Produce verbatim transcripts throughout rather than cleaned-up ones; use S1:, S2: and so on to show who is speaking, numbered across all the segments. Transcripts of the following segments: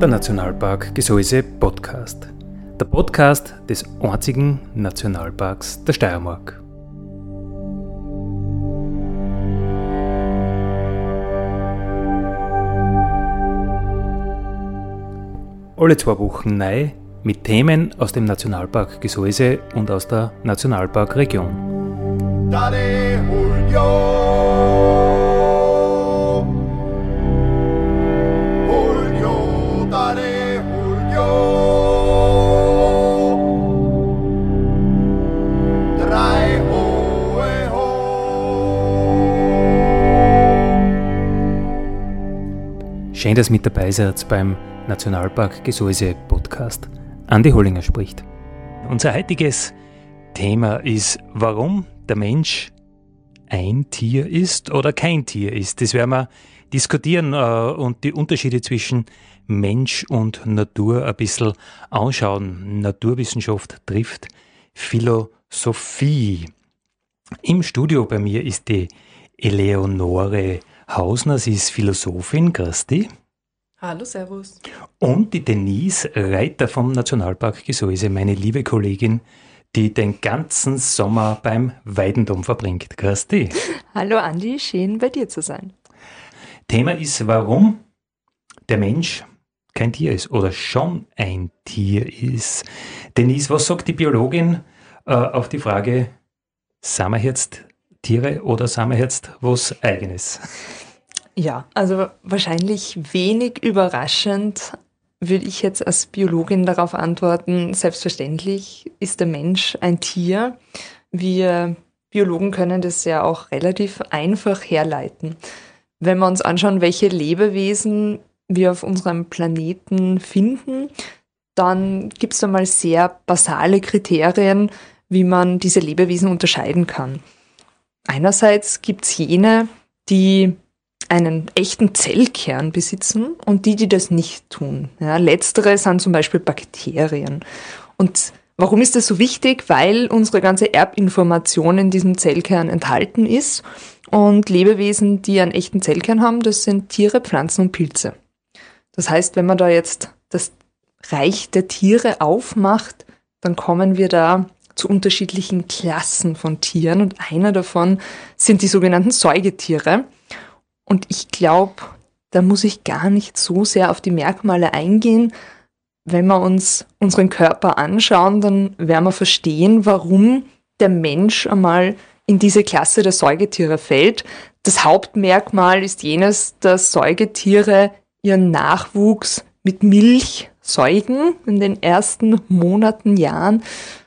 S1: der Nationalpark Gesäuse Podcast. Der Podcast des einzigen Nationalparks der Steiermark. Alle zwei Wochen neu mit Themen aus dem Nationalpark Gesäuse und aus der Nationalparkregion.
S2: Dale Julio, Julio, dale Julio, drei hohe ho.
S1: Schön, dass ihr mit dabei seid beim Nationalpark Gesäuse Podcast. Andi Hollinger spricht. Unser heutiges Thema ist, warum der Mensch ein Tier ist oder kein Tier ist. Das werden wir diskutieren äh, und die Unterschiede zwischen Mensch und Natur ein bisschen anschauen. Naturwissenschaft trifft Philosophie. Im Studio bei mir ist die Eleonore Hausner, sie ist Philosophin. Grüß dich.
S3: Hallo, servus.
S1: Und die Denise Reiter vom Nationalpark Gesäuse, meine liebe Kollegin, die den ganzen Sommer beim Weidendom verbringt. Grüß dich.
S3: Hallo Andi, schön bei dir zu sein.
S1: Thema ist, warum der Mensch kein Tier ist oder schon ein Tier ist. Denise, was sagt die Biologin äh, auf die Frage, sind wir jetzt Tiere oder sind wir jetzt was Eigenes?
S3: Ja, also wahrscheinlich wenig überraschend würde ich jetzt als Biologin darauf antworten, selbstverständlich ist der Mensch ein Tier. Wir Biologen können das ja auch relativ einfach herleiten. Wenn wir uns anschauen, welche Lebewesen wir auf unserem Planeten finden, dann gibt es da mal sehr basale Kriterien, wie man diese Lebewesen unterscheiden kann. Einerseits gibt es jene, die einen echten Zellkern besitzen und die, die das nicht tun. Ja, letztere sind zum Beispiel Bakterien. Und warum ist das so wichtig? Weil unsere ganze Erbinformation in diesem Zellkern enthalten ist. Und Lebewesen, die einen echten Zellkern haben, das sind Tiere, Pflanzen und Pilze. Das heißt, wenn man da jetzt das Reich der Tiere aufmacht, dann kommen wir da zu unterschiedlichen Klassen von Tieren. Und einer davon sind die sogenannten Säugetiere. Und ich glaube, da muss ich gar nicht so sehr auf die Merkmale eingehen. Wenn wir uns unseren Körper anschauen, dann werden wir verstehen, warum der Mensch einmal in diese Klasse der Säugetiere fällt. Das Hauptmerkmal ist jenes, dass Säugetiere ihren Nachwuchs mit Milch säugen in den ersten Monaten, Jahren,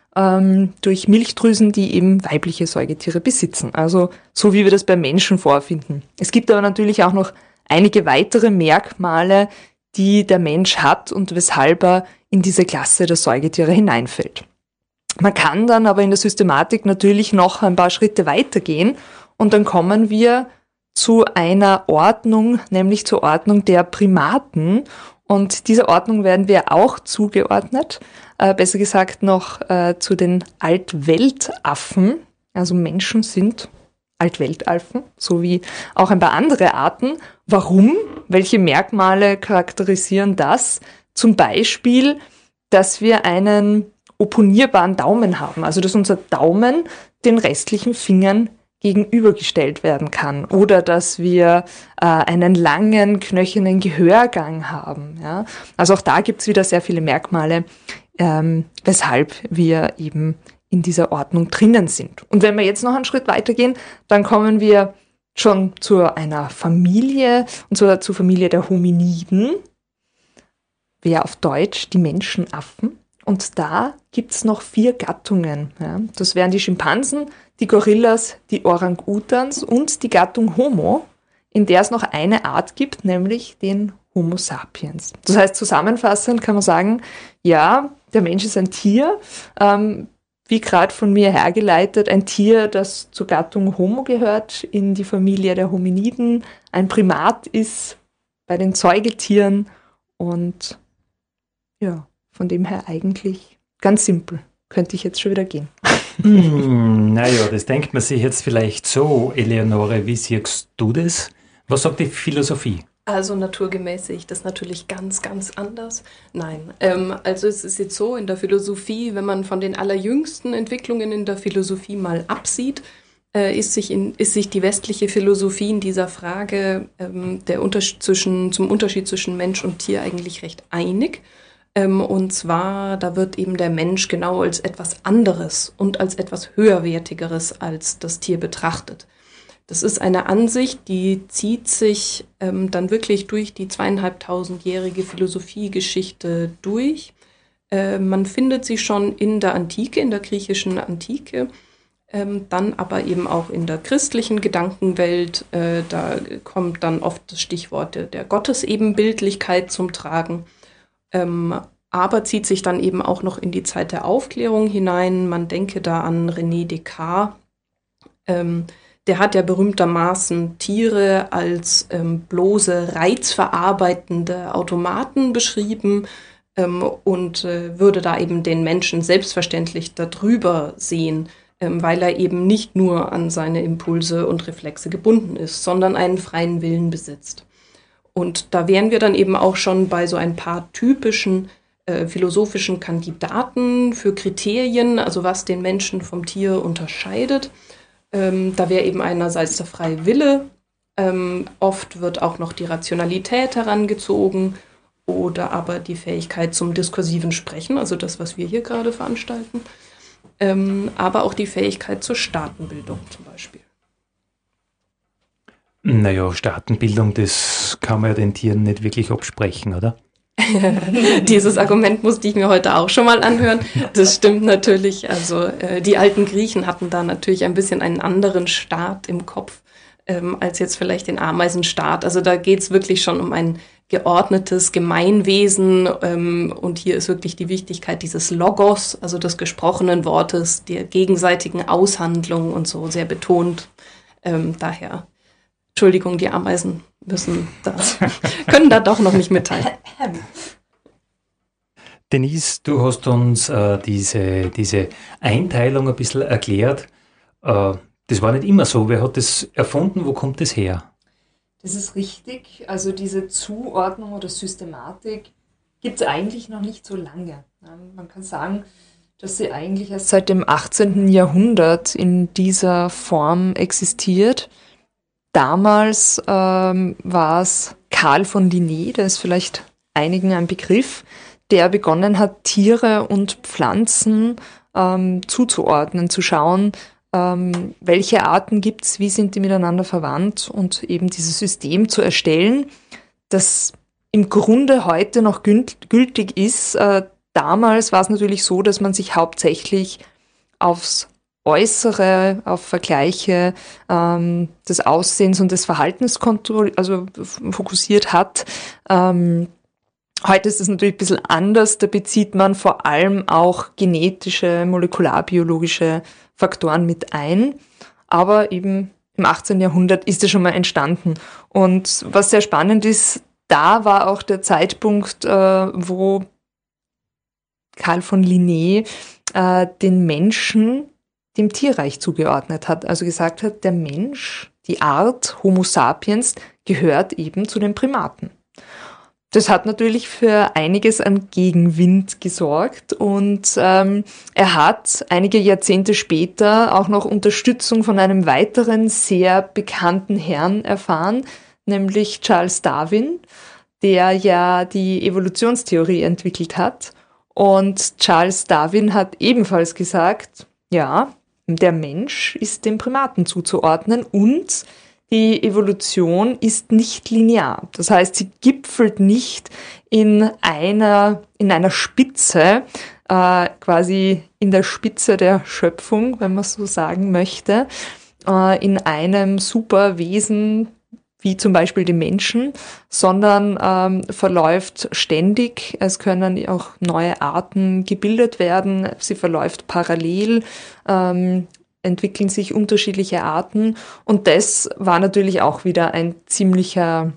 S3: ähm, durch Milchdrüsen, die eben weibliche Säugetiere besitzen. Also so wie wir das beim Menschen vorfinden. Es gibt aber natürlich auch noch einige weitere Merkmale, die der Mensch hat und weshalb er in diese Klasse der Säugetiere hineinfällt. Man kann dann aber in der Systematik natürlich noch ein paar Schritte weitergehen und dann kommen wir zu einer Ordnung, nämlich zur Ordnung der Primaten. Und dieser Ordnung werden wir auch zugeordnet, äh, besser gesagt noch äh, zu den Altweltaffen. Also Menschen sind Altweltaffen, so wie auch ein paar andere Arten. Warum? Welche Merkmale charakterisieren das? Zum Beispiel, dass wir einen opponierbaren Daumen haben, also dass unser Daumen den restlichen Fingern gegenübergestellt werden kann oder dass wir äh, einen langen, knöchernen Gehörgang haben. Ja? Also auch da gibt es wieder sehr viele Merkmale, ähm, weshalb wir eben in dieser Ordnung drinnen sind. Und wenn wir jetzt noch einen Schritt weitergehen, dann kommen wir schon zu einer Familie, und zwar zur Familie der Hominiden, wäre auf Deutsch die Menschenaffen. Und da gibt es noch vier Gattungen. Ja? Das wären die Schimpansen, die Gorillas, die Orang-Utans und die Gattung Homo, in der es noch eine Art gibt, nämlich den Homo sapiens. Das heißt, zusammenfassend kann man sagen, ja, der Mensch ist ein Tier, ähm, wie gerade von mir hergeleitet, ein Tier, das zur Gattung Homo gehört, in die Familie der Hominiden, ein Primat ist bei den Säugetieren und ja, von dem her eigentlich ganz simpel. Könnte ich jetzt schon wieder gehen.
S1: Hm, naja, das denkt man sich jetzt vielleicht so, Eleonore, wie siehst du das? Was sagt die Philosophie?
S4: Also naturgemäß sehe ich das natürlich ganz, ganz anders. Nein, ähm, also es ist jetzt so in der Philosophie, wenn man von den allerjüngsten Entwicklungen in der Philosophie mal absieht, äh, ist, sich in, ist sich die westliche Philosophie in dieser Frage ähm, der Unterschied zwischen, zum Unterschied zwischen Mensch und Tier eigentlich recht einig. Ähm, und zwar, da wird eben der Mensch genau als etwas anderes und als etwas höherwertigeres als das Tier betrachtet. Das ist eine Ansicht, die zieht sich ähm, dann wirklich durch die zweieinhalbtausendjährige Philosophiegeschichte durch. Äh, man findet sie schon in der Antike, in der griechischen Antike, ähm, dann aber eben auch in der christlichen Gedankenwelt. Äh, da kommt dann oft das Stichwort der, der Gottesebenbildlichkeit zum Tragen, ähm, aber zieht sich dann eben auch noch in die Zeit der Aufklärung hinein. Man denke da an René Descartes. Ähm, Der hat ja berühmtermaßen Tiere als ähm, bloße, reizverarbeitende Automaten beschrieben ähm, und äh, würde da eben den Menschen selbstverständlich darüber sehen, ähm, weil er eben nicht nur an seine Impulse und Reflexe gebunden ist, sondern einen freien Willen besitzt. Und da wären wir dann eben auch schon bei so ein paar typischen äh, philosophischen Kandidaten für Kriterien, also was den Menschen vom Tier unterscheidet. Ähm, da wäre eben einerseits der freie Wille, ähm, oft wird auch noch die Rationalität herangezogen oder aber die Fähigkeit zum diskursiven Sprechen, also das, was wir hier gerade veranstalten, ähm, aber auch die Fähigkeit zur Staatenbildung zum Beispiel.
S1: Naja, Staatenbildung, das kann man ja den Tieren nicht wirklich absprechen, oder?
S4: Dieses Argument musste ich mir heute auch schon mal anhören. Das stimmt natürlich. Also äh, die alten Griechen hatten da natürlich ein bisschen einen anderen Staat im Kopf ähm, als jetzt vielleicht den Ameisenstaat. Also da geht es wirklich schon um ein geordnetes Gemeinwesen ähm, und hier ist wirklich die Wichtigkeit dieses Logos, also des gesprochenen Wortes, der gegenseitigen Aushandlung und so sehr betont. Ähm, daher, Entschuldigung, die Ameisen müssen das, können da doch noch nicht mitteilen.
S1: Denise, du hast uns äh, diese, diese Einteilung ein bisschen erklärt. Äh, das war nicht immer so. Wer hat das erfunden? Wo kommt das her?
S3: Das ist richtig. Also diese Zuordnung oder Systematik gibt es eigentlich noch nicht so lange. Man kann sagen, dass sie eigentlich erst seit dem achtzehnten Jahrhundert in dieser Form existiert. Damals ähm, war es Carl von Linné, der ist vielleicht einigen ein Begriff, der begonnen hat, Tiere und Pflanzen ähm, zuzuordnen, zu schauen, ähm, welche Arten gibt es, wie sind die miteinander verwandt und eben dieses System zu erstellen, das im Grunde heute noch gültig ist. Äh, damals war es natürlich so, dass man sich hauptsächlich aufs Äußere, auf Vergleiche ähm, des Aussehens und des Verhaltens kontroll- also f- fokussiert hat. Ähm, heute ist es natürlich ein bisschen anders. Da bezieht man vor allem auch genetische, molekularbiologische Faktoren mit ein. Aber eben im achtzehnten Jahrhundert ist es schon mal entstanden. Und was sehr spannend ist, da war auch der Zeitpunkt, äh, wo Carl von Linné äh, den Menschen dem Tierreich zugeordnet hat. Also gesagt hat, der Mensch, die Art Homo sapiens, gehört eben zu den Primaten. Das hat natürlich für einiges an Gegenwind gesorgt und ähm, er hat einige Jahrzehnte später auch noch Unterstützung von einem weiteren sehr bekannten Herrn erfahren, nämlich Charles Darwin, der ja die Evolutionstheorie entwickelt hat. Und Charles Darwin hat ebenfalls gesagt, ja, der Mensch ist den Primaten zuzuordnen und die Evolution ist nicht linear. Das heißt, sie gipfelt nicht in einer, in einer Spitze, äh, quasi in der Spitze der Schöpfung, wenn man so sagen möchte, äh, in einem Superwesen wie zum Beispiel die Menschen, sondern ähm, verläuft ständig. Es können auch neue Arten gebildet werden. Sie verläuft parallel, ähm, entwickeln sich unterschiedliche Arten. Und das war natürlich auch wieder ein ziemlicher,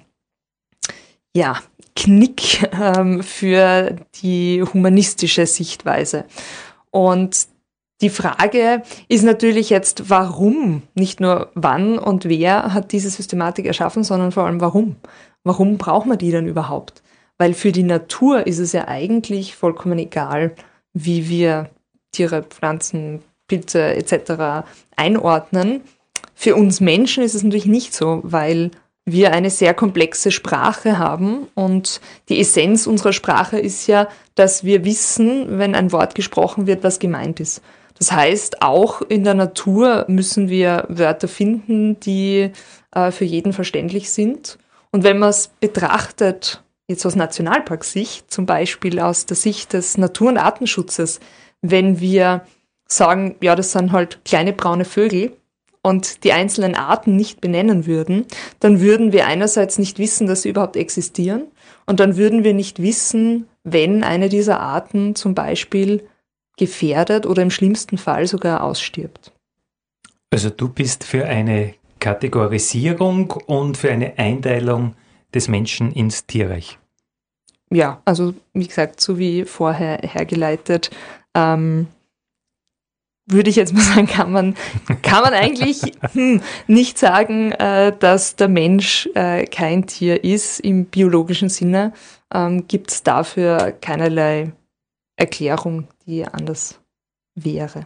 S3: ja, Knick ähm, für die humanistische Sichtweise. Und Die Frage ist natürlich jetzt, warum, nicht nur wann und wer hat diese Systematik erschaffen, sondern vor allem warum. Warum braucht man die denn überhaupt? Weil für die Natur ist es ja eigentlich vollkommen egal, wie wir Tiere, Pflanzen, Pilze et cetera einordnen. Für uns Menschen ist es natürlich nicht so, weil wir eine sehr komplexe Sprache haben und die Essenz unserer Sprache ist ja, dass wir wissen, wenn ein Wort gesprochen wird, was gemeint ist. Das heißt, auch in der Natur müssen wir Wörter finden, die äh, für jeden verständlich sind. Und wenn man es betrachtet, jetzt aus Nationalparksicht, zum Beispiel aus der Sicht des Natur- und Artenschutzes, wenn wir sagen, ja, das sind halt kleine braune Vögel, und die einzelnen Arten nicht benennen würden, dann würden wir einerseits nicht wissen, dass sie überhaupt existieren und dann würden wir nicht wissen, wenn eine dieser Arten zum Beispiel gefährdet oder im schlimmsten Fall sogar ausstirbt.
S1: Also du bist für eine Kategorisierung und für eine Einteilung des Menschen ins Tierreich.
S3: Ja, also wie gesagt, so wie vorher hergeleitet, ähm, würde ich jetzt mal sagen, kann man, kann man eigentlich hm, nicht sagen, äh, dass der Mensch äh, kein Tier ist im biologischen Sinne. Ähm, gibt es dafür keinerlei Erklärung, die anders wäre.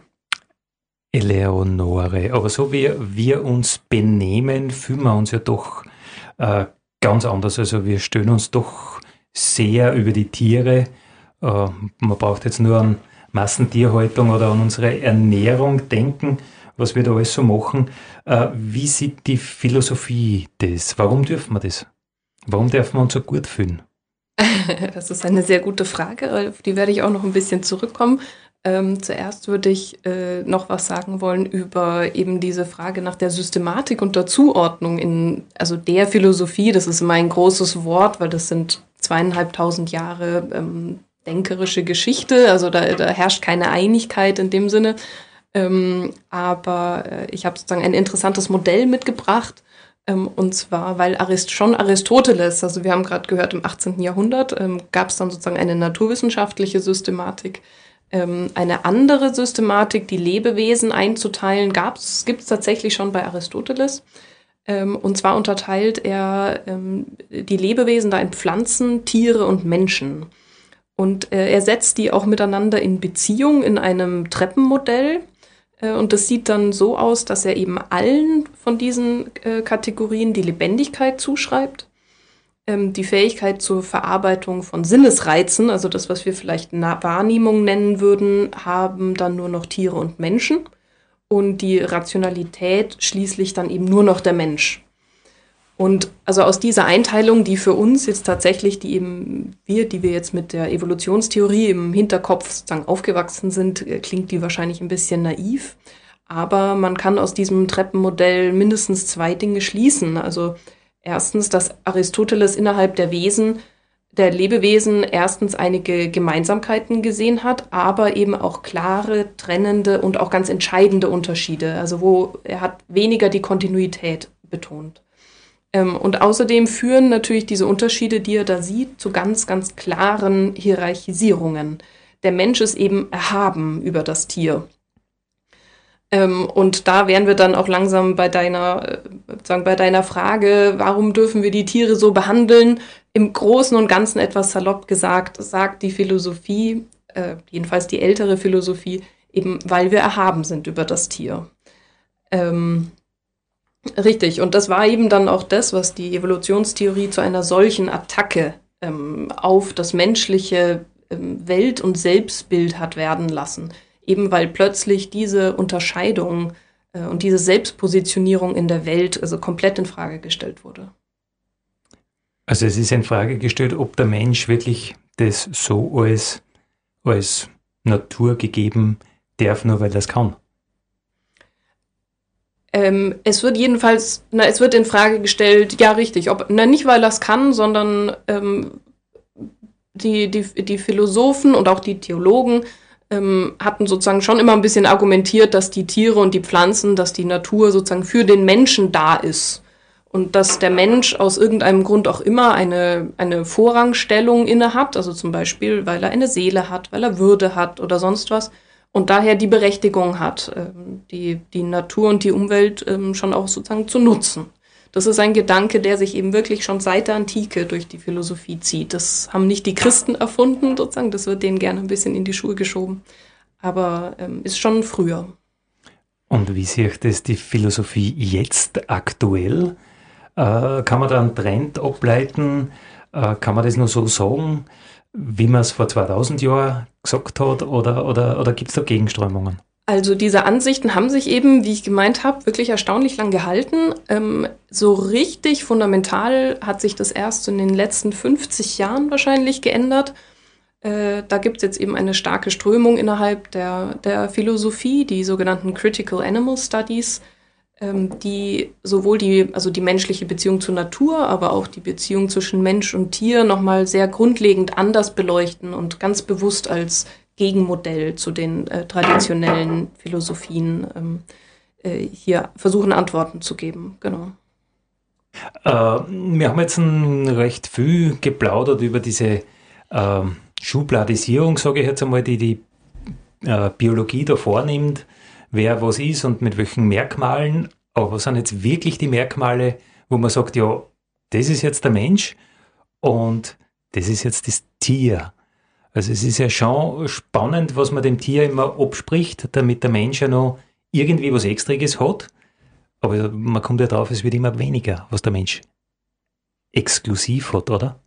S1: Eleonore, aber so wie wir uns benehmen, fühlen wir uns ja doch äh, ganz anders. Also wir stellen uns doch sehr über die Tiere. Äh, man braucht jetzt nur an Massentierhaltung oder an unsere Ernährung denken, was wir da alles so machen. Äh, wie sieht die Philosophie das? Warum dürfen wir das? Warum dürfen wir uns so gut fühlen?
S4: Das ist eine sehr gute Frage, auf die werde ich auch noch ein bisschen zurückkommen. Ähm, zuerst würde ich äh, noch was sagen wollen über eben diese Frage nach der Systematik und der Zuordnung in, also der Philosophie. Das ist immer ein großes Wort, weil das sind zweieinhalbtausend Jahre ähm, denkerische Geschichte, also da, da herrscht keine Einigkeit in dem Sinne. Ähm, aber äh, ich habe sozusagen ein interessantes Modell mitgebracht, ähm, und zwar, weil Arist, schon Aristoteles, also wir haben gerade gehört, im achtzehnten Jahrhundert ähm, gab es dann sozusagen eine naturwissenschaftliche Systematik. Ähm, eine andere Systematik, die Lebewesen einzuteilen, gab's, gibt es tatsächlich schon bei Aristoteles. Ähm, und zwar unterteilt er ähm, die Lebewesen da in Pflanzen, Tiere und Menschen. Und äh, er setzt die auch miteinander in Beziehung in einem Treppenmodell. Äh, und das sieht dann so aus, dass er eben allen von diesen äh, Kategorien die Lebendigkeit zuschreibt, ähm, die Fähigkeit zur Verarbeitung von Sinnesreizen, also das, was wir vielleicht Na- Wahrnehmung nennen würden, haben dann nur noch Tiere und Menschen. Und die Rationalität schließlich dann eben nur noch der Mensch. Und also aus dieser Einteilung, die für uns jetzt tatsächlich, die eben wir, die wir jetzt mit der Evolutionstheorie im Hinterkopf sozusagen aufgewachsen sind, klingt die wahrscheinlich ein bisschen naiv. Aber man kann aus diesem Treppenmodell mindestens zwei Dinge schließen. Also erstens, dass Aristoteles innerhalb der Wesen, der Lebewesen erstens einige Gemeinsamkeiten gesehen hat, aber eben auch klare, trennende und auch ganz entscheidende Unterschiede. Also wo er hat weniger die Kontinuität betont. Und außerdem führen natürlich diese Unterschiede, die er da sieht, zu ganz, ganz klaren Hierarchisierungen. Der Mensch ist eben erhaben über das Tier. Und da wären wir dann auch langsam bei deiner, sagen, bei deiner Frage, warum dürfen wir die Tiere so behandeln? Im Großen und Ganzen etwas salopp gesagt, sagt die Philosophie, äh, jedenfalls die ältere Philosophie, eben weil wir erhaben sind über das Tier. Ähm, Richtig, und das war eben dann auch das, was die Evolutionstheorie zu einer solchen Attacke ähm, auf das menschliche ähm, Welt- und Selbstbild hat werden lassen. Eben weil plötzlich diese Unterscheidung äh, und diese Selbstpositionierung in der Welt also komplett in Frage gestellt wurde.
S1: Also es ist in Frage gestellt, ob der Mensch wirklich das so als, als Natur gegeben darf, nur weil er es kann.
S4: Ähm, es wird jedenfalls, na, es wird in Frage gestellt, ja richtig, ob, na, nicht weil er es kann, sondern ähm, die, die, die Philosophen und auch die Theologen ähm, hatten sozusagen schon immer ein bisschen argumentiert, dass die Tiere und die Pflanzen, dass die Natur sozusagen für den Menschen da ist und dass der Mensch aus irgendeinem Grund auch immer eine, eine Vorrangstellung inne hat, also zum Beispiel, weil er eine Seele hat, weil er Würde hat oder sonst was. und daher die Berechtigung hat, ähm, die, die Natur und die Umwelt ähm, schon auch sozusagen zu nutzen. Das ist ein Gedanke, der sich eben wirklich schon seit der Antike durch die Philosophie zieht. Das haben nicht die Christen erfunden, sozusagen, das wird denen gerne ein bisschen in die Schuhe geschoben, aber ähm, ist schon früher.
S1: Und wie sieht das die Philosophie jetzt aktuell? Äh, kann man da einen Trend ableiten? Äh, kann man das nur so sagen, wie man es vor zweitausend Jahren gesagt hat? Oder, oder, oder gibt es da Gegenströmungen?
S4: Also diese Ansichten haben sich eben, wie ich gemeint habe, wirklich erstaunlich lang gehalten. Ähm, so richtig fundamental hat sich das erst in den letzten fünfzig Jahren wahrscheinlich geändert. Äh, da gibt es jetzt eben eine starke Strömung innerhalb der, der Philosophie, die sogenannten Critical Animal Studies, ähm, die sowohl die, also die menschliche Beziehung zur Natur, aber auch die Beziehung zwischen Mensch und Tier nochmal sehr grundlegend anders beleuchten und ganz bewusst als Gegenmodell zu den äh, traditionellen Philosophien ähm, äh, hier versuchen, Antworten zu geben. Genau.
S1: Äh, wir haben jetzt ein recht viel geplaudert über diese äh, Schubladisierung, sage ich jetzt einmal, die die äh, Biologie da vornimmt, wer was ist und mit welchen Merkmalen. Aber was sind jetzt wirklich die Merkmale, wo man sagt, ja, das ist jetzt der Mensch und das ist jetzt das Tier. Also es ist ja schon spannend, was man dem Tier immer abspricht, damit der Mensch ja noch irgendwie was Extriges hat. Aber man kommt ja drauf, es wird immer weniger, was der Mensch exklusiv hat, oder?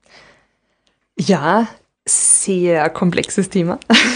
S3: Ja, sehr komplexes Thema.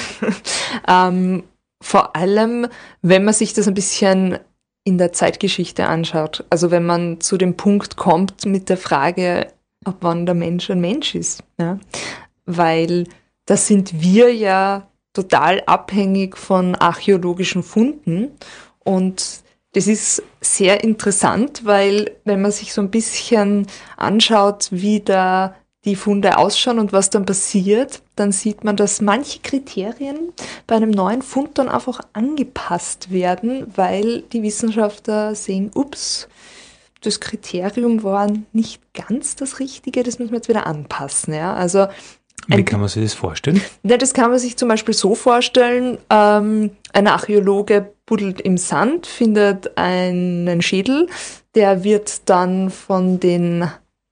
S3: ähm, vor allem, wenn man sich das ein bisschen in der Zeitgeschichte anschaut. Also wenn man zu dem Punkt kommt mit der Frage, ab wann der Mensch ein Mensch ist. Ja? Weil da sind wir ja total abhängig von archäologischen Funden und das ist sehr interessant, weil wenn man sich so ein bisschen anschaut, wie da die Funde ausschauen und was dann passiert, dann sieht man, dass manche Kriterien bei einem neuen Fund dann einfach angepasst werden, weil die Wissenschaftler sehen, ups, das Kriterium war nicht ganz das Richtige, das müssen wir jetzt wieder anpassen. Ja? Also
S1: Wie kann man sich das vorstellen?
S3: Ja, das kann man sich zum Beispiel so vorstellen, ähm, ein Archäologe buddelt im Sand, findet einen Schädel, der wird dann von den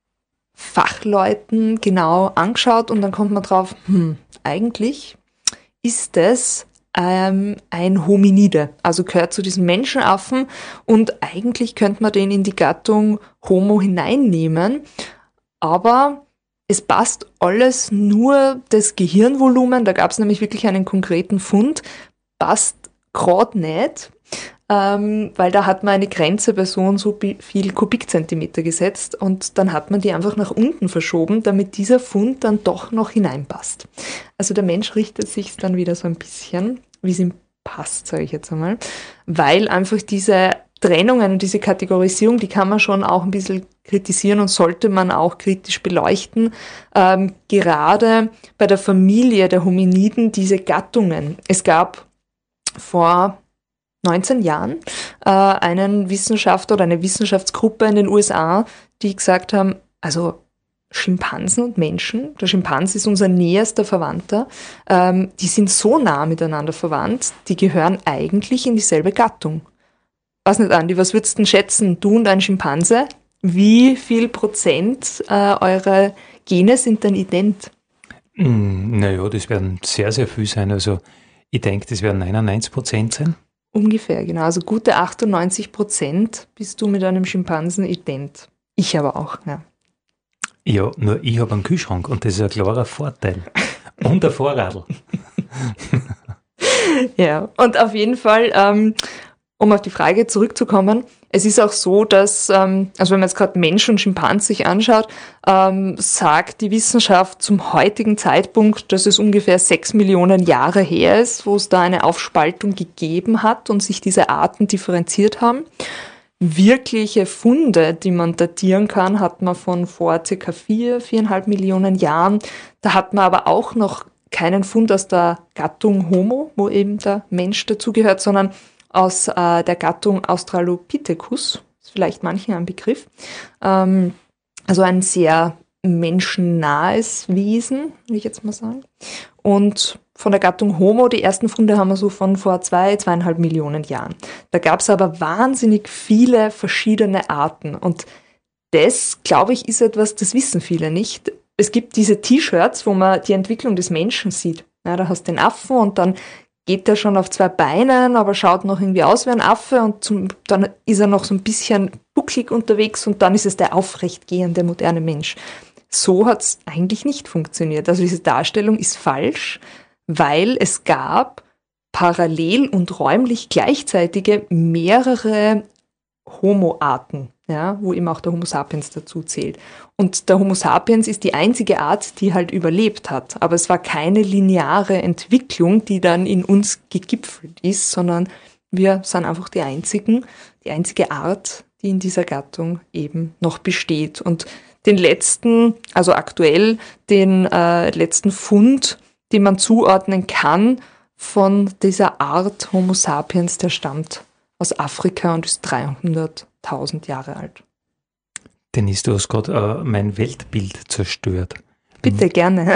S3: Fachleuten genau angeschaut und dann kommt man drauf, hm, eigentlich ist es ähm, ein Hominide, also gehört zu diesen Menschenaffen und eigentlich könnte man den in die Gattung Homo hineinnehmen, aber es passt alles, nur das Gehirnvolumen, da gab es nämlich wirklich einen konkreten Fund, passt gerade nicht, ähm, weil da hat man eine Grenze bei so und so viel Kubikzentimeter gesetzt und dann hat man die einfach nach unten verschoben, damit dieser Fund dann doch noch hineinpasst. Also der Mensch richtet sich dann wieder so ein bisschen, wie es ihm passt, sage ich jetzt einmal, weil einfach diese Trennungen und diese Kategorisierung, die kann man schon auch ein bisschen kritisieren und sollte man auch kritisch beleuchten. Ähm, gerade bei der Familie der Hominiden, diese Gattungen. Es gab vor neunzehn Jahren äh, einen Wissenschaftler oder eine Wissenschaftsgruppe in den U S A, die gesagt haben, also Schimpansen und Menschen, der Schimpans ist unser näherster Verwandter, ähm, die sind so nah miteinander verwandt, die gehören eigentlich in dieselbe Gattung. Was nicht, Andi, was würdest du denn schätzen, du und ein Schimpanse? Wie viel Prozent äh, eurer Gene sind denn ident?
S1: Mm, naja, das werden sehr, sehr viel sein. Also ich denke, das werden neunundneunzig Prozent sein.
S3: Ungefähr, genau. Also gute achtundneunzig Prozent bist du mit einem Schimpansen ident. Ich aber auch, ja.
S1: Ja, nur ich habe einen Kühlschrank und das ist ein klarer Vorteil. Und ein Vorradl.
S3: Ja, und auf jeden Fall, ähm, um auf die Frage zurückzukommen, es ist auch so, dass, ähm, also wenn man jetzt gerade Mensch und Schimpans sich anschaut, ähm, sagt die Wissenschaft zum heutigen Zeitpunkt, dass es ungefähr sechs Millionen Jahre her ist, wo es da eine Aufspaltung gegeben hat und sich diese Arten differenziert haben. Wirkliche Funde, die man datieren kann, hat man von vor ca. vier, viereinhalb Millionen Jahren. Da hat man aber auch noch keinen Fund aus der Gattung Homo, wo eben der Mensch dazugehört, sondern aus äh, der Gattung Australopithecus, ist vielleicht manchen ein Begriff, ähm, also ein sehr menschennahes Wesen, will ich jetzt mal sagen. Und von der Gattung Homo. Die ersten Funde haben wir so von vor zwei, zweieinhalb Millionen Jahren. Da gab es aber wahnsinnig viele verschiedene Arten. Und das, glaube ich, ist etwas, das wissen viele nicht. Es gibt diese T-Shirts, wo man die Entwicklung des Menschen sieht. Ja, da hast du den Affen und dann geht der schon auf zwei Beinen, aber schaut noch irgendwie aus wie ein Affe und zum, dann ist er noch so ein bisschen bucklig unterwegs und dann ist es der aufrechtgehende moderne Mensch. So hat es eigentlich nicht funktioniert. Also diese Darstellung ist falsch, weil es gab parallel und räumlich gleichzeitige mehrere Homo-Arten, ja, wo eben auch der Homo sapiens dazu zählt. Und der Homo sapiens ist die einzige Art, die halt überlebt hat. Aber es war keine lineare Entwicklung, die dann in uns gegipfelt ist, sondern wir sind einfach die einzigen, die einzige Art, die in dieser Gattung eben noch besteht. Und den letzten, also aktuell den äh, letzten Fund, den man zuordnen kann von dieser Art Homo sapiens, der stammt aus Afrika und ist dreihunderttausend Jahre alt.
S1: Denise, du hast gerade äh, mein Weltbild zerstört.
S3: Bitte, gerne.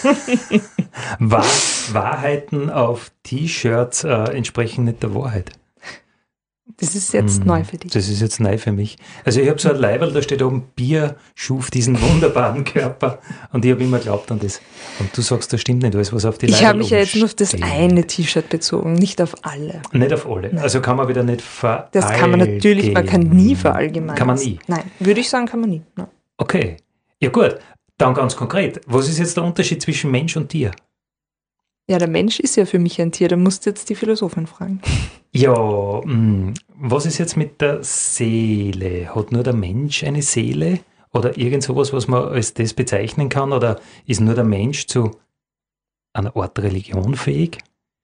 S1: Wahr, Wahrheiten auf T-Shirts äh, entsprechen nicht der Wahrheit.
S3: Das ist jetzt hm, neu für dich.
S1: Das ist jetzt neu für mich. Also ich habe so ein Leiberl, da steht oben, Bier schuf diesen wunderbaren Körper und ich habe immer geglaubt an das. Und du sagst, das stimmt nicht alles, was auf die Leiberl
S3: Ich habe mich ja jetzt nur auf das
S1: steht.
S3: eine T-Shirt bezogen, nicht auf alle.
S1: Nicht auf alle. Nein. Also kann man wieder nicht verallgemeinern.
S3: Das kann man natürlich, man kann nie verallgemeinern.
S1: Kann man nie?
S3: Nein, würde ich sagen, kann man nie. Nein.
S1: Okay. Ja gut, dann ganz konkret. Was ist jetzt der Unterschied zwischen Mensch und Tier?
S3: Ja, der Mensch ist ja für mich ein Tier, da musst du jetzt die Philosophin fragen.
S1: Ja, mh, was ist jetzt mit der Seele? Hat nur der Mensch eine Seele? Oder irgend sowas, was man als das bezeichnen kann? Oder ist nur der Mensch zu einer Art Religion fähig?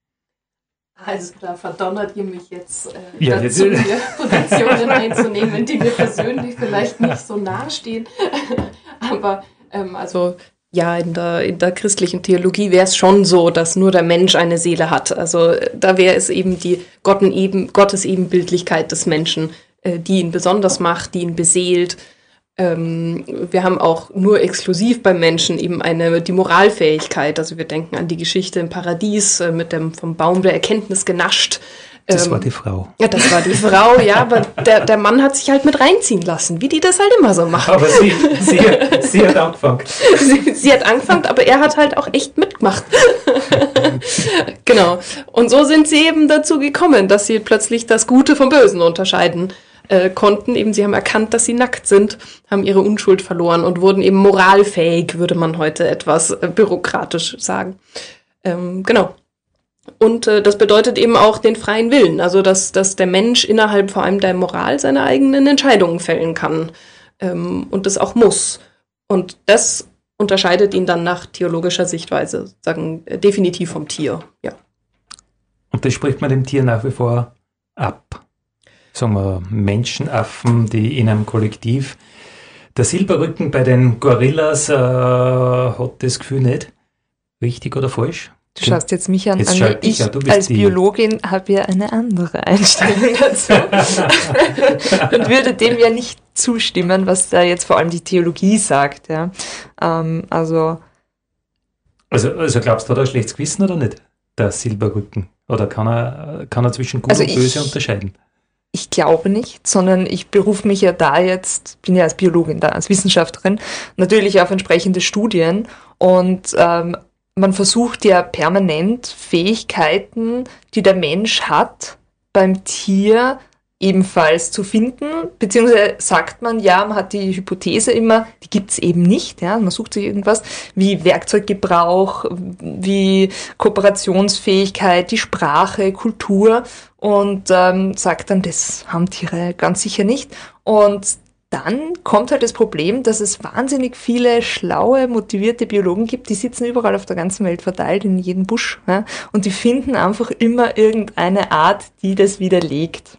S4: Also da verdonnert ihr mich jetzt äh,
S1: ja,
S4: dazu,
S1: jetzt.
S4: hier Positionen einzunehmen, die mir persönlich vielleicht nicht so nahestehen. Aber ähm, also ja, in der, in der christlichen Theologie wäre es schon so, dass nur der Mensch eine Seele hat. Also da wäre es eben die Gotten eben, Gottes Ebenbildlichkeit des Menschen, äh, die ihn besonders macht, die ihn beseelt. Ähm, wir haben auch nur exklusiv beim Menschen eben eine, die Moralfähigkeit. Also wir denken an die Geschichte im Paradies äh, mit dem vom Baum der Erkenntnis genascht.
S1: Das
S4: ähm,
S1: war die Frau.
S4: Ja, das war die Frau, ja, aber der, der Mann hat sich halt mit reinziehen lassen, wie die das halt immer so machen.
S1: Aber sie, sie, sie hat angefangen.
S4: Sie, sie hat angefangen, aber er hat halt auch echt mitgemacht. Genau. Und so sind sie eben dazu gekommen, dass sie plötzlich das Gute vom Bösen unterscheiden äh, konnten. Eben, sie haben erkannt, dass sie nackt sind, haben ihre Unschuld verloren und wurden eben moralfähig, würde man heute etwas äh, bürokratisch sagen. Ähm, genau. Und äh, das bedeutet eben auch den freien Willen, also dass, dass der Mensch innerhalb vor allem der Moral seine eigenen Entscheidungen fällen kann ähm, und das auch muss. Und das unterscheidet ihn dann nach theologischer Sichtweise, sagen äh, definitiv vom Tier. Ja.
S1: Und das spricht man dem Tier nach wie vor ab. Sagen wir Menschenaffen, die in einem Kollektiv. Der Silberrücken bei den Gorillas äh, hat das Gefühl nicht. Richtig oder falsch?
S3: Du schaust jetzt mich an,
S1: jetzt
S3: Anja. Ich
S1: ja,
S3: als Biologin habe ja eine andere Einstellung dazu und würde dem ja nicht zustimmen, was da jetzt vor allem die Theologie sagt. Ja. Ähm, also,
S1: also, also glaubst du, hat er ein schlechtes Gewissen oder nicht, der Silberrücken? Oder kann er, kann er zwischen Gut
S3: also
S1: und
S3: ich,
S1: Böse unterscheiden?
S3: Ich glaube nicht, sondern ich berufe mich ja da jetzt, bin ja als Biologin da, als Wissenschaftlerin, natürlich auf entsprechende Studien und ähm, man versucht ja permanent Fähigkeiten, die der Mensch hat, beim Tier ebenfalls zu finden, beziehungsweise sagt man, ja, man hat die Hypothese immer, die gibt's eben nicht, ja, man sucht sich irgendwas, wie Werkzeuggebrauch, wie Kooperationsfähigkeit, die Sprache, Kultur und ähm, sagt dann, das haben Tiere ganz sicher nicht und dann kommt halt das Problem, dass es wahnsinnig viele schlaue, motivierte Biologen gibt, die sitzen überall auf der ganzen Welt verteilt, in jedem Busch, ja, und die finden einfach immer irgendeine Art, die das widerlegt.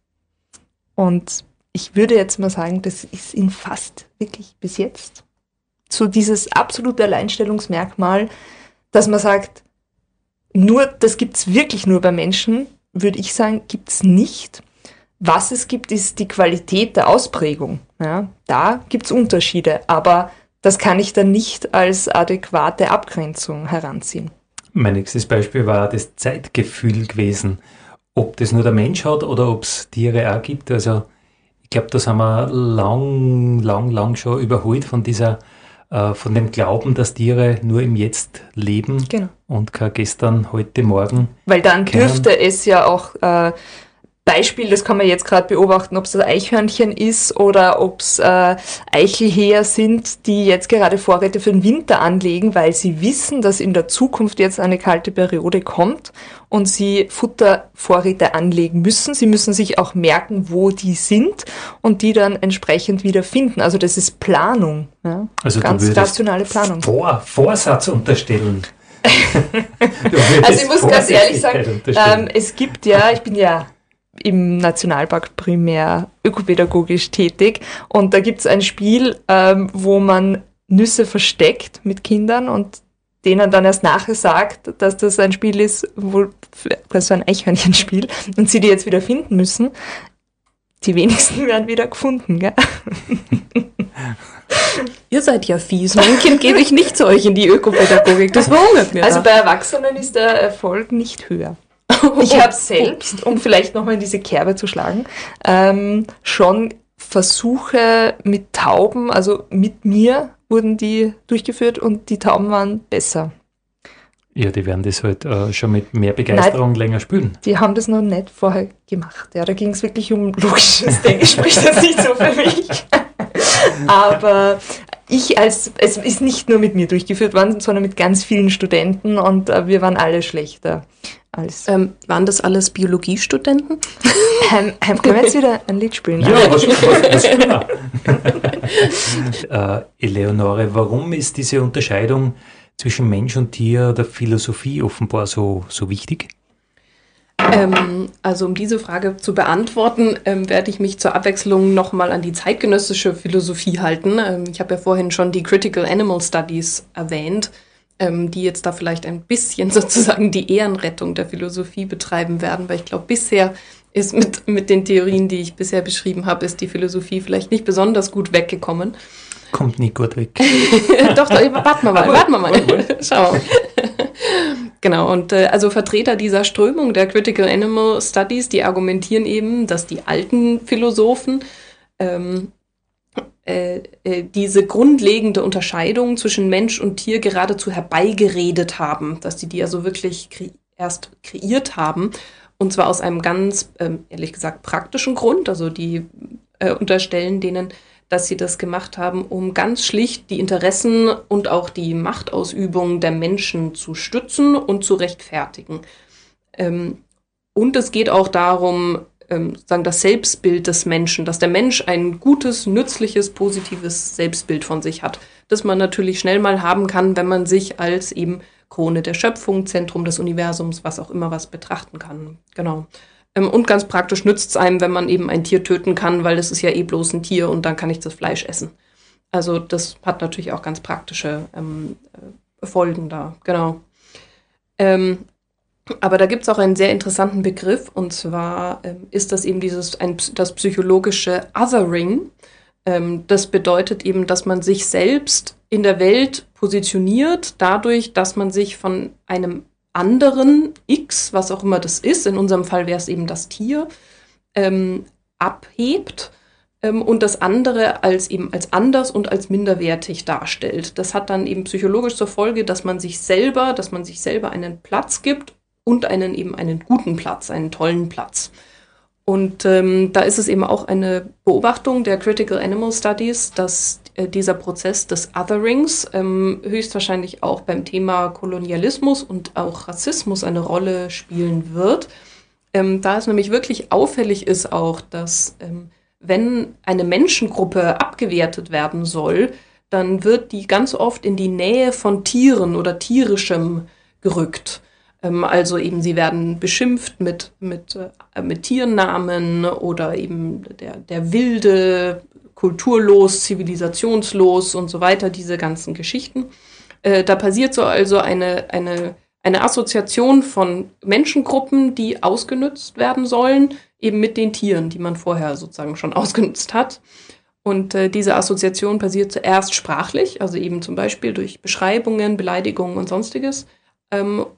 S3: Und ich würde jetzt mal sagen, das ist in fast wirklich bis jetzt so dieses absolute Alleinstellungsmerkmal, dass man sagt, nur das gibt's wirklich nur bei Menschen, würde ich sagen, gibt's nicht. Was es gibt, ist die Qualität der Ausprägung. Ja, da gibt es Unterschiede, aber das kann ich dann nicht als adäquate Abgrenzung heranziehen.
S1: Mein nächstes Beispiel war das Zeitgefühl gewesen. Ob das nur der Mensch hat oder ob es Tiere auch gibt. Also ich glaube, das haben wir lang, lang, lang schon überholt von dieser, äh, von dem Glauben, dass Tiere nur im Jetzt leben
S3: Genau.
S1: und kein gestern, heute, morgen.
S3: Weil dann
S1: kennen.
S3: dürfte es ja auch, äh, Beispiel, das kann man jetzt gerade beobachten, ob es das Eichhörnchen ist oder ob es äh, Eichelhäher sind, die jetzt gerade Vorräte für den Winter anlegen, weil sie wissen, dass in der Zukunft jetzt eine kalte Periode kommt und sie Futtervorräte anlegen müssen. Sie müssen sich auch merken, wo die sind und die dann entsprechend wieder finden. Also das ist Planung, ja?
S1: Also
S3: Ganz
S1: du würdest
S3: rationale Planung.
S1: Vor, Vorsatz unterstellen.
S3: Also ich muss ganz ehrlich sagen, ähm, es gibt ja, ich bin ja im Nationalpark primär ökopädagogisch tätig und da gibt es ein Spiel, ähm, wo man Nüsse versteckt mit Kindern und denen dann erst nachher sagt, dass das ein Spiel ist, wo das so ein Eichhörnchenspiel und sie die jetzt wieder finden müssen. Die wenigsten werden wieder gefunden, gell?
S4: Ihr seid ja fies. Mein Kind gebe ich nicht zu euch in die Ökopädagogik. Das verhungert mir.
S3: Also
S4: da.
S3: bei Erwachsenen ist der Erfolg nicht höher. Ich habe selbst, um vielleicht nochmal in diese Kerbe zu schlagen, ähm, schon Versuche mit Tauben, also mit mir wurden die durchgeführt und die Tauben waren besser.
S1: Ja, die werden das halt äh, schon mit mehr Begeisterung
S3: Nein,
S1: länger spülen.
S3: Die haben das noch nicht vorher gemacht. Ja, da ging es wirklich um logisches Denken, spricht das nicht so für mich. Aber ich als, es ist nicht nur mit mir durchgeführt worden, sondern mit ganz vielen Studenten und äh, wir waren alle schlechter. Als
S4: Ähm, waren das alles Biologiestudenten?
S3: ähm, ähm, können wir jetzt wieder ein Lied spielen?
S1: Ja, was, was, was äh, Eleonore, warum ist diese Unterscheidung zwischen Mensch und Tier der Philosophie offenbar so, so wichtig?
S4: Ähm, also um diese Frage zu beantworten, ähm, werde ich mich zur Abwechslung nochmal an die zeitgenössische Philosophie halten. Ähm, ich habe ja vorhin schon die Critical Animal Studies erwähnt, ähm, die jetzt da vielleicht ein bisschen sozusagen die Ehrenrettung der Philosophie betreiben werden, weil ich glaube, bisher ist mit, mit den Theorien, die ich bisher beschrieben habe, ist die Philosophie vielleicht nicht besonders gut weggekommen.
S1: Kommt nicht gut weg.
S4: doch, doch, warten wir mal, warten wir mal. Schau mal. Genau, und äh, also Vertreter dieser Strömung der Critical Animal Studies, die argumentieren eben, dass die alten Philosophen ähm, äh, äh, diese grundlegende Unterscheidung zwischen Mensch und Tier geradezu herbeigeredet haben, dass die die also wirklich kre- erst kreiert haben, und zwar aus einem ganz, ähm, ehrlich gesagt, praktischen Grund, also die äh, unterstellen denen, dass sie das gemacht haben, um ganz schlicht die Interessen und auch die Machtausübung der Menschen zu stützen und zu rechtfertigen. Ähm, und es geht auch darum, ähm, sagen, das Selbstbild des Menschen, dass der Mensch ein gutes, nützliches, positives Selbstbild von sich hat, das man natürlich schnell mal haben kann, wenn man sich als eben Krone der Schöpfung, Zentrum des Universums, was auch immer was betrachten kann. Genau. Und ganz praktisch nützt es einem, wenn man eben ein Tier töten kann, weil das ist ja eh bloß ein Tier und dann kann ich das Fleisch essen. Also das hat natürlich auch ganz praktische ähm, Folgen da, genau. Ähm, aber da gibt es auch einen sehr interessanten Begriff, und zwar ähm, ist das eben dieses ein, das psychologische Othering. Ähm, das bedeutet eben, dass man sich selbst in der Welt positioniert, dadurch, dass man sich von einem anderen X, was auch immer das ist, in unserem Fall wäre es eben das Tier, ähm, abhebt ähm, und das andere als eben als anders und als minderwertig darstellt. Das hat dann eben psychologisch zur Folge, dass man sich selber, dass man sich selber einen Platz gibt und einen eben einen guten Platz, einen tollen Platz. Und ähm, da ist es eben auch eine Beobachtung der Critical Animal Studies, dass äh, dieser Prozess des Otherings ähm, höchstwahrscheinlich auch beim Thema Kolonialismus und auch Rassismus eine Rolle spielen wird. Ähm, da es nämlich wirklich auffällig ist auch, dass ähm, wenn eine Menschengruppe abgewertet werden soll, dann wird die ganz oft in die Nähe von Tieren oder Tierischem gerückt. Also eben, sie werden beschimpft mit, mit, äh, mit Tiernamen oder eben der, der wilde, kulturlos, zivilisationslos und so weiter, diese ganzen Geschichten. Äh, da passiert so also eine, eine, eine Assoziation von Menschengruppen, die ausgenutzt werden sollen, eben mit den Tieren, die man vorher sozusagen schon ausgenutzt hat. Und äh, diese Assoziation passiert zuerst sprachlich, also eben zum Beispiel durch Beschreibungen, Beleidigungen und Sonstiges. Ähm,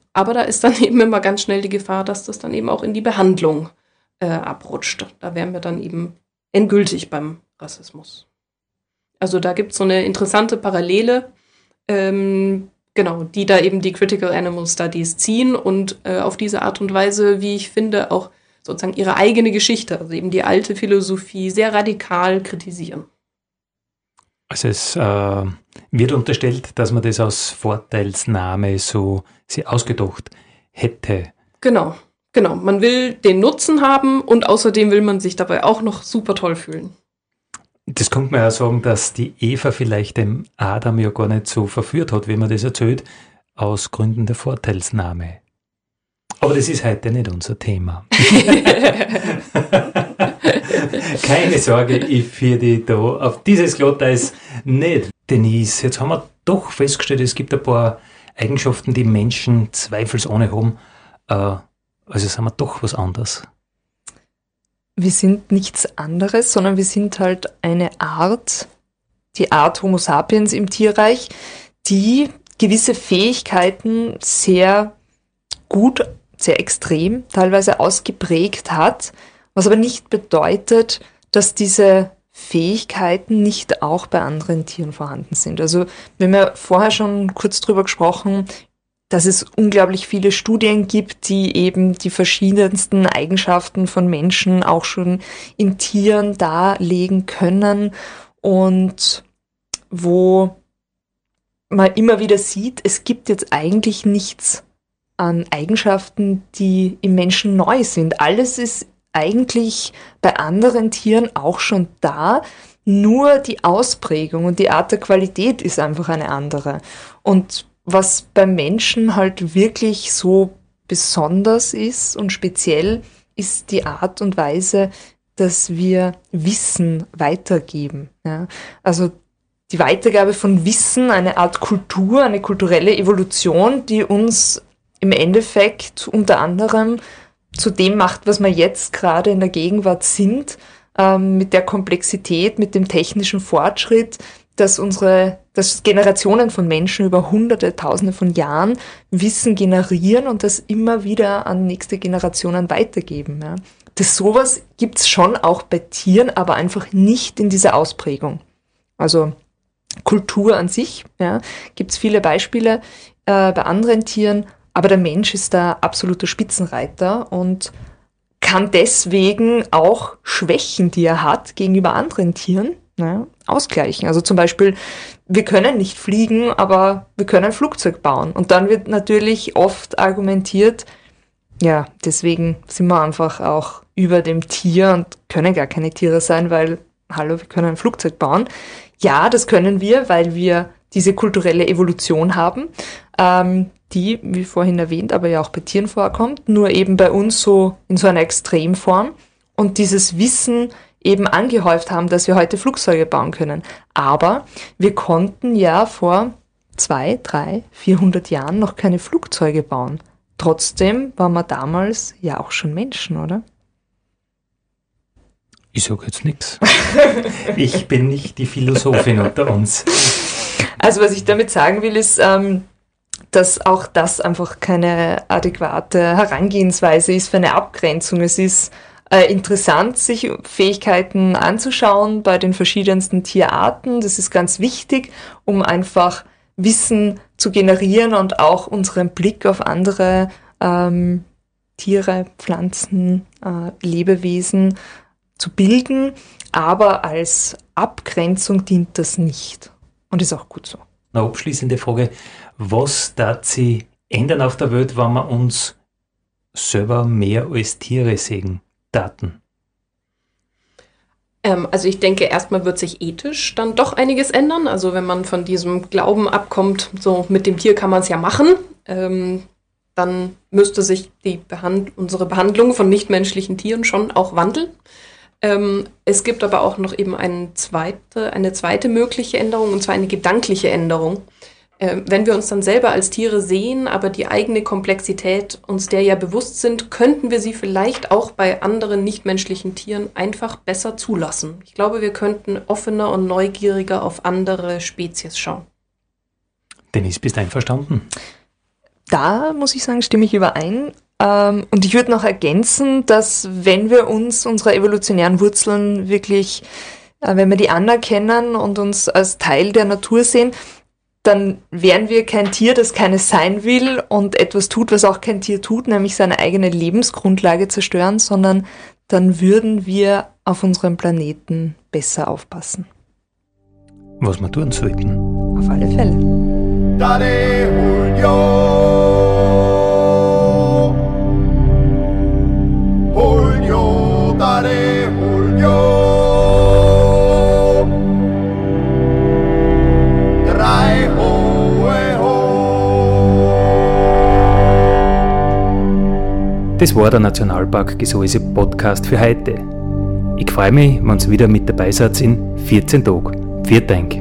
S4: aber da ist dann eben immer ganz schnell die Gefahr, dass das dann eben auch in die Behandlung äh, abrutscht. Da wären wir dann eben endgültig beim Rassismus. Also da gibt es so eine interessante Parallele, ähm, genau, die da eben die Critical Animal Studies ziehen und äh, auf diese Art und Weise, wie ich finde, auch sozusagen ihre eigene Geschichte, also eben die alte Philosophie, sehr radikal kritisieren.
S1: Also es äh, wird unterstellt, dass man das aus Vorteilsnahme so sich ausgedacht hätte.
S4: Genau, genau. Man will den Nutzen haben und außerdem will man sich dabei auch noch super toll fühlen.
S1: Das könnte man ja sagen, dass die Eva vielleicht dem Adam ja gar nicht so verführt hat, wie man das erzählt, aus Gründen der Vorteilsnahme. Aber das ist heute nicht unser Thema. Keine Sorge, ich führe dich da auf dieses Glatteis nicht. Denise, jetzt haben wir doch festgestellt, es gibt ein paar Eigenschaften, die Menschen zweifelsohne haben. Also sind wir doch was anderes.
S3: Wir sind nichts anderes, sondern wir sind halt eine Art, die Art Homo sapiens im Tierreich, die gewisse Fähigkeiten sehr gut, sehr extrem teilweise ausgeprägt hat, was aber nicht bedeutet, dass diese Fähigkeiten nicht auch bei anderen Tieren vorhanden sind. Also wir haben ja vorher schon kurz drüber gesprochen, dass es unglaublich viele Studien gibt, die eben die verschiedensten Eigenschaften von Menschen auch schon in Tieren darlegen können und wo man immer wieder sieht, es gibt jetzt eigentlich nichts an Eigenschaften, die im Menschen neu sind. Alles ist eigentlich bei anderen Tieren auch schon da, nur die Ausprägung und die Art der Qualität ist einfach eine andere. Und was beim Menschen halt wirklich so besonders ist und speziell, ist die Art und Weise, dass wir Wissen weitergeben. Ja? Also die Weitergabe von Wissen, eine Art Kultur, eine kulturelle Evolution, die uns im Endeffekt unter anderem zu dem macht, was wir jetzt gerade in der Gegenwart sind, ähm, mit der Komplexität, mit dem technischen Fortschritt, dass unsere, dass Generationen von Menschen über Hunderte, Tausende von Jahren Wissen generieren und das immer wieder an nächste Generationen weitergeben. Ja. Das sowas gibt's schon auch bei Tieren, aber einfach nicht in dieser Ausprägung. Also Kultur an sich, ja, gibt's viele Beispiele äh, bei anderen Tieren, aber der Mensch ist da absoluter Spitzenreiter und kann deswegen auch Schwächen, die er hat, gegenüber anderen Tieren, ja, ausgleichen. Also zum Beispiel, wir können nicht fliegen, aber wir können ein Flugzeug bauen. Und dann wird natürlich oft argumentiert, ja, deswegen sind wir einfach auch über dem Tier und können gar keine Tiere sein, weil, hallo, wir können ein Flugzeug bauen. Ja, das können wir, weil wir diese kulturelle Evolution haben, ähm, die, wie vorhin erwähnt, aber ja auch bei Tieren vorkommt, nur eben bei uns so in so einer Extremform und dieses Wissen eben angehäuft haben, dass wir heute Flugzeuge bauen können. Aber wir konnten ja vor zwei, drei, vierhundert Jahren noch keine Flugzeuge bauen. Trotzdem waren wir damals ja auch schon Menschen, oder?
S1: Ich sage jetzt nichts. Ich bin nicht die Philosophin unter uns.
S3: Also was ich damit sagen will, ist, ähm, dass auch das einfach keine adäquate Herangehensweise ist für eine Abgrenzung. Es ist äh, interessant, sich Fähigkeiten anzuschauen bei den verschiedensten Tierarten. Das ist ganz wichtig, um einfach Wissen zu generieren und auch unseren Blick auf andere ähm, Tiere, Pflanzen, äh, Lebewesen zu bilden. Aber als Abgrenzung dient das nicht. Und ist auch gut so.
S1: Eine abschließende Frage. Was darf sich ändern auf der Welt, wenn wir uns selber mehr als Tiere sehen daten?
S4: Ähm, also ich denke, erstmal wird sich ethisch dann doch einiges ändern. Also wenn man von diesem Glauben abkommt, so mit dem Tier kann man es ja machen, ähm, dann müsste sich die Behand- unsere Behandlung von nichtmenschlichen Tieren schon auch wandeln. Ähm, es gibt aber auch noch eben eine zweite, eine zweite mögliche Änderung, und zwar eine gedankliche Änderung. Ähm, wenn wir uns dann selber als Tiere sehen, aber die eigene Komplexität uns der ja bewusst sind, könnten wir sie vielleicht auch bei anderen nichtmenschlichen Tieren einfach besser zulassen. Ich glaube, wir könnten offener und neugieriger auf andere Spezies schauen.
S1: Denise, bist du einverstanden?
S3: da muss ich sagen, stimme ich überein. Ähm, und ich würde noch ergänzen, dass wenn wir uns unserer evolutionären Wurzeln wirklich, äh, wenn wir die anerkennen und uns als Teil der Natur sehen, dann wären wir kein Tier, das keines sein will und etwas tut, was auch kein Tier tut, nämlich seine eigene Lebensgrundlage zerstören, sondern dann würden wir auf unserem Planeten besser aufpassen.
S1: Was wir tun sollten.
S3: Auf alle Fälle.
S2: Dale Julio, Julio, dale Julio, drei hohe ho.
S1: Das war der Nationalpark Gesäuse Podcast für heute. Ich freue mich, wenn ihr wieder mit dabei seid in vierzehn Tagen. Vielen Dank.